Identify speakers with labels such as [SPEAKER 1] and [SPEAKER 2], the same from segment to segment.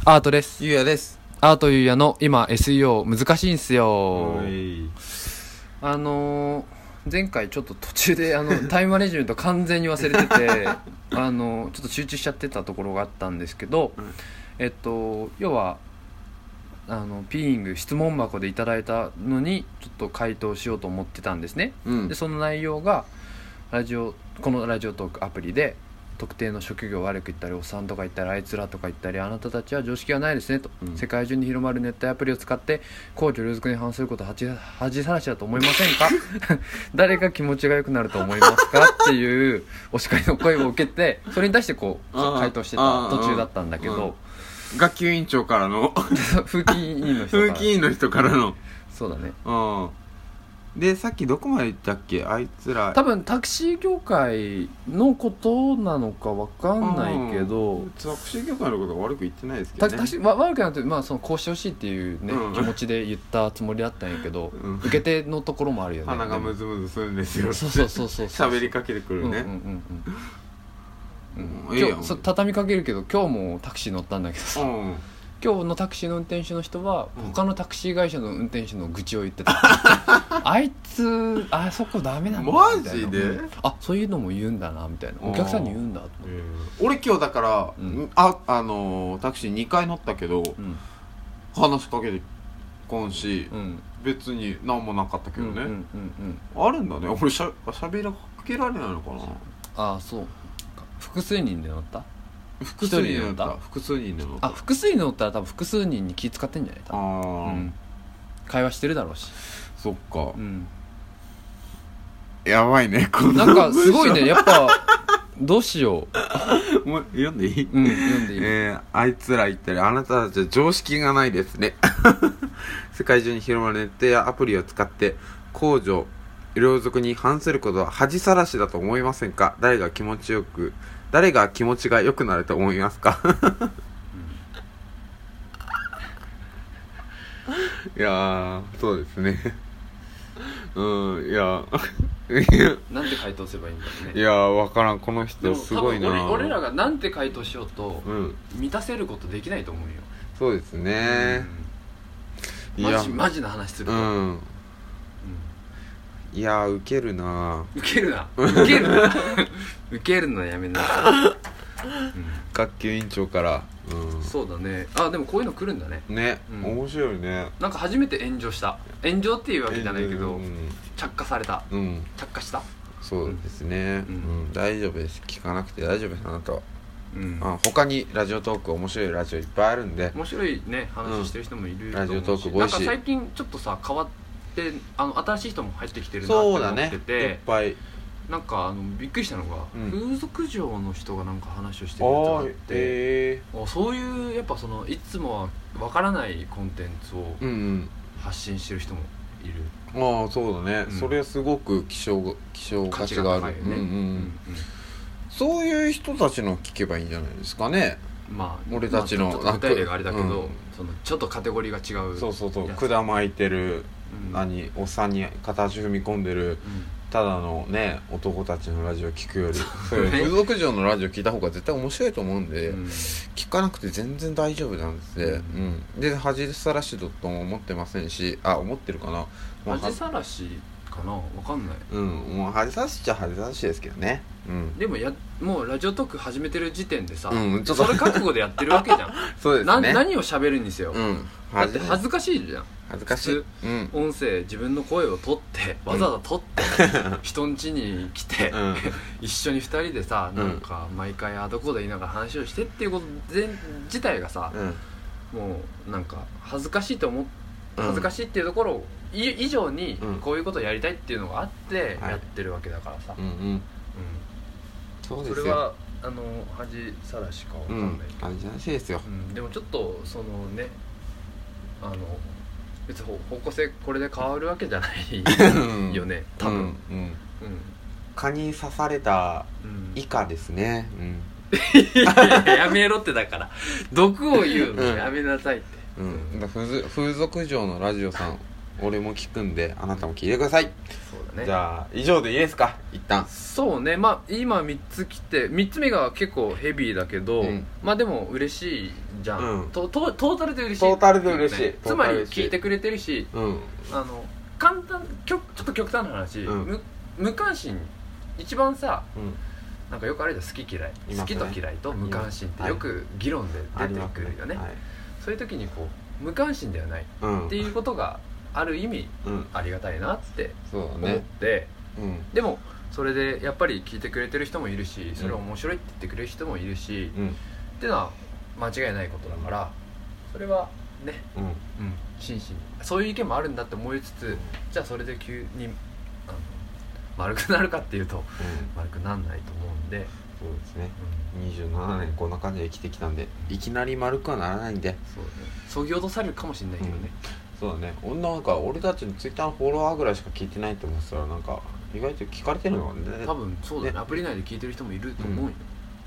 [SPEAKER 1] アートです。
[SPEAKER 2] ゆうやです。
[SPEAKER 1] アートゆうやの今 SEO 難しいんすよ。前回ちょっと途中でタイムマネジメント完全に忘れててちょっと集中しちゃってたところがあったんですけど、要はピーイング質問箱でいただいたのにちょっと回答しようと思ってたんですね、でその内容がこのラジオトークアプリで特定の職業を悪く言ったりおっさんとか言ったりあいつらとか言ったりあなたたちは常識がないですねと、世界中に広まるネットアプリを使って公序良俗に反することは恥さらしだと思いませんか誰が気持ちが良くなると思いますかっていうお叱りの声を受けて、それに対してこう回答してた途中だったんだけど、
[SPEAKER 2] 学級委員長からの
[SPEAKER 1] 風紀委員の人
[SPEAKER 2] からの
[SPEAKER 1] そうだね。
[SPEAKER 2] でさっきどこまで言ったっけ、あいつら
[SPEAKER 1] 多分タクシー業界のことなのか分かんないけど、
[SPEAKER 2] タクシー業界のことは悪く言ってないですけどね。
[SPEAKER 1] 悪くなって、こうしてほしいっていうね、気持ちで言ったつもりだったんやけど、受け手のところもあるよね。
[SPEAKER 2] 鼻がムズムズするんですよ。
[SPEAKER 1] そう
[SPEAKER 2] 喋りかけてくるね。
[SPEAKER 1] 今日畳みかけるけど今日もタクシー乗ったんだけどさ、今日のタクシーの運転手の人は他のタクシー会社の運転手の愚痴を言ってたあいつあそこダメなんだ
[SPEAKER 2] マジで、
[SPEAKER 1] そういうのも言うんだなみたいな、お客さんに言うんだと
[SPEAKER 2] 思って、俺今日だから、タクシー2回乗ったけど、話しかけてこんし、別に何もなかったけどね、あるんだね。俺しゃべらかけられないのかな。
[SPEAKER 1] そう複数人で乗った？
[SPEAKER 2] 複数人で乗った。複数人
[SPEAKER 1] で乗ったら多分複数人に気使ってんじゃない？多分会話してるだろうし。
[SPEAKER 2] そっか、やばいね、この
[SPEAKER 1] なんかすごいね、やっぱどうしよ
[SPEAKER 2] うもう読んでいい？
[SPEAKER 1] 読んでいい。
[SPEAKER 2] あいつら言ったりあなたたちは常識がないですね世界中に広まるネットやアプリを使って公序良俗に反することは恥さらしだと思いませんか？誰が気持ちが良くなると思いますかいやそうですねいや
[SPEAKER 1] なんて回答すればいいんだろうね。
[SPEAKER 2] いや分からん、この人すごいな。
[SPEAKER 1] 俺らがなんて回答しようと、満たせることできないと思うよ。
[SPEAKER 2] そうですね、
[SPEAKER 1] マジな話すると、
[SPEAKER 2] いやウケるな
[SPEAKER 1] ウケるのやめなさい
[SPEAKER 2] 学級委員長から、
[SPEAKER 1] そうだね。でもこういうの来るんだね。
[SPEAKER 2] 面白いね。
[SPEAKER 1] なんか初めて炎上っていうわけじゃないけど、着火された、着火した。
[SPEAKER 2] そうですね、大丈夫です。聞かなくて大丈夫です、あなたは。他にラジオトーク面白いラジオいっぱいあるんで、
[SPEAKER 1] 面白いね話してる人もいると思うし、
[SPEAKER 2] ラジオトークボイシー
[SPEAKER 1] なんか最近ちょっとさ変わって新しい人も入ってきてるなって思ってて、
[SPEAKER 2] いっぱい
[SPEAKER 1] なんかびっくりしたのが、風俗嬢の人がなんか話をしてるやつがあって、そういうやっぱいつもはわからないコンテンツを発信してる人もいる。
[SPEAKER 2] そうだね、それはすごく希少価値がある。そういう人たちの聞けばいいんじゃないですかね。俺たちの
[SPEAKER 1] ちょっと具体例があれだけど、ちょっとカテゴリーが違う。
[SPEAKER 2] そう管巻いてる、おっさんに片足踏み込んでる、ただのね男たちのラジオ聞くより風俗嬢のラジオ聞いた方が絶対面白いと思うんで、聞かなくて全然大丈夫なんですね。で恥さらしだとも思ってませんし、思ってるかな。
[SPEAKER 1] 恥さらしかな、わかんない。
[SPEAKER 2] もう恥さらしっちゃ恥さらしですけどね。
[SPEAKER 1] でももうラジオトーク始めてる時点でさ、それ覚悟でやってるわけじゃん
[SPEAKER 2] そうですね。
[SPEAKER 1] 何を喋るんですよ。だって恥ずかしいじゃん。
[SPEAKER 2] 恥ずかしい。
[SPEAKER 1] 音声自分の声を取ってわざわざ取って人ん家に来て一緒に2人でさ、なんか毎回どこで言いながら話をしてっていうこと自体がさ、もうなんか恥ずかしいっていうところ以上にこういうことをやりたいっていうのがあってやってるわけだからさ、それは恥さらしかわかんないけど、
[SPEAKER 2] 恥さらしいですよ。
[SPEAKER 1] でもちょっとね別に方向性これで変わるわけじゃないよね多分。
[SPEAKER 2] 蚊に刺された以下ですね。
[SPEAKER 1] やめろって、だから毒を言うのやめなさいって。
[SPEAKER 2] 風俗嬢のラジオさん俺も聞くんであなたも聞いてください。
[SPEAKER 1] そうだね。
[SPEAKER 2] じゃあ以上でいいですか、一旦。
[SPEAKER 1] そうね、まあ今3つ来て、3つ目が結構ヘビーだけど、まあでも嬉しいじゃん、トータルで嬉しい、
[SPEAKER 2] トータルで嬉しい、
[SPEAKER 1] つまり聞いてくれてるし、簡単、ちょっと極端な話、無関心、一番さ、なんかよくあれだ、好き嫌い、好きと嫌いと無関心ってよく議論で出てくるよね。そういう時にこう無関心ではないっていうことがある意味ありがたいなって思って、でもそれでやっぱり聞いてくれてる人もいるし、それは面白いって言ってくれる人もいるし、っていうのは間違いないことだから、それはね、真摯にそういう意見もあるんだって思いつつ、じゃあそれで急に丸くなるかっていうと、丸くなんないと思うんで。
[SPEAKER 2] そうですね、27年こんな感じで生きてきたんで、いきなり丸くはならないんで。
[SPEAKER 1] そうだね、そぎ落とされるかもしれないけどね。
[SPEAKER 2] そうだね、なんか俺たちのツイッターのフォロワーぐらいしか聞いてないと思ってたら、なんか意外と聞かれてるのかね。
[SPEAKER 1] 多分そうだね、アプリ内で聞いてる人もいると思うよ。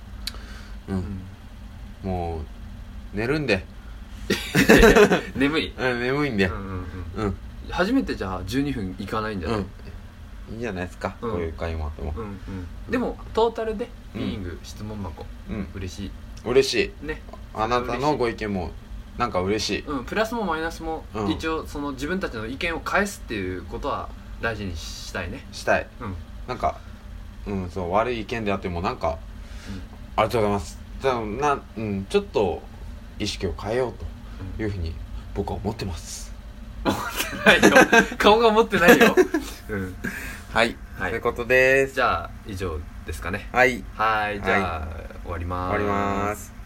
[SPEAKER 2] もう寝るんで
[SPEAKER 1] 眠い。
[SPEAKER 2] 眠いんで、
[SPEAKER 1] 初めてじゃあ12分いかないんじゃない？
[SPEAKER 2] いいんじゃないですか、こういう会もあっても。
[SPEAKER 1] でもトータルでビーイング質問箱嬉しい。
[SPEAKER 2] 嬉しい
[SPEAKER 1] ね。
[SPEAKER 2] あなたのご意見もなんか嬉しい。
[SPEAKER 1] プラスもマイナスも一応その自分たちの意見を返すっていうことは大事にしたいね。
[SPEAKER 2] したい。なんかそう悪い意見であってもなんかありがとうございます。ちょっと意識を変えようというふうに僕は思ってます。
[SPEAKER 1] 思ってないよ。顔が持ってないよ。
[SPEAKER 2] はい、ということです。
[SPEAKER 1] じゃあ以上ですかね。
[SPEAKER 2] はい、
[SPEAKER 1] じゃあ終わります。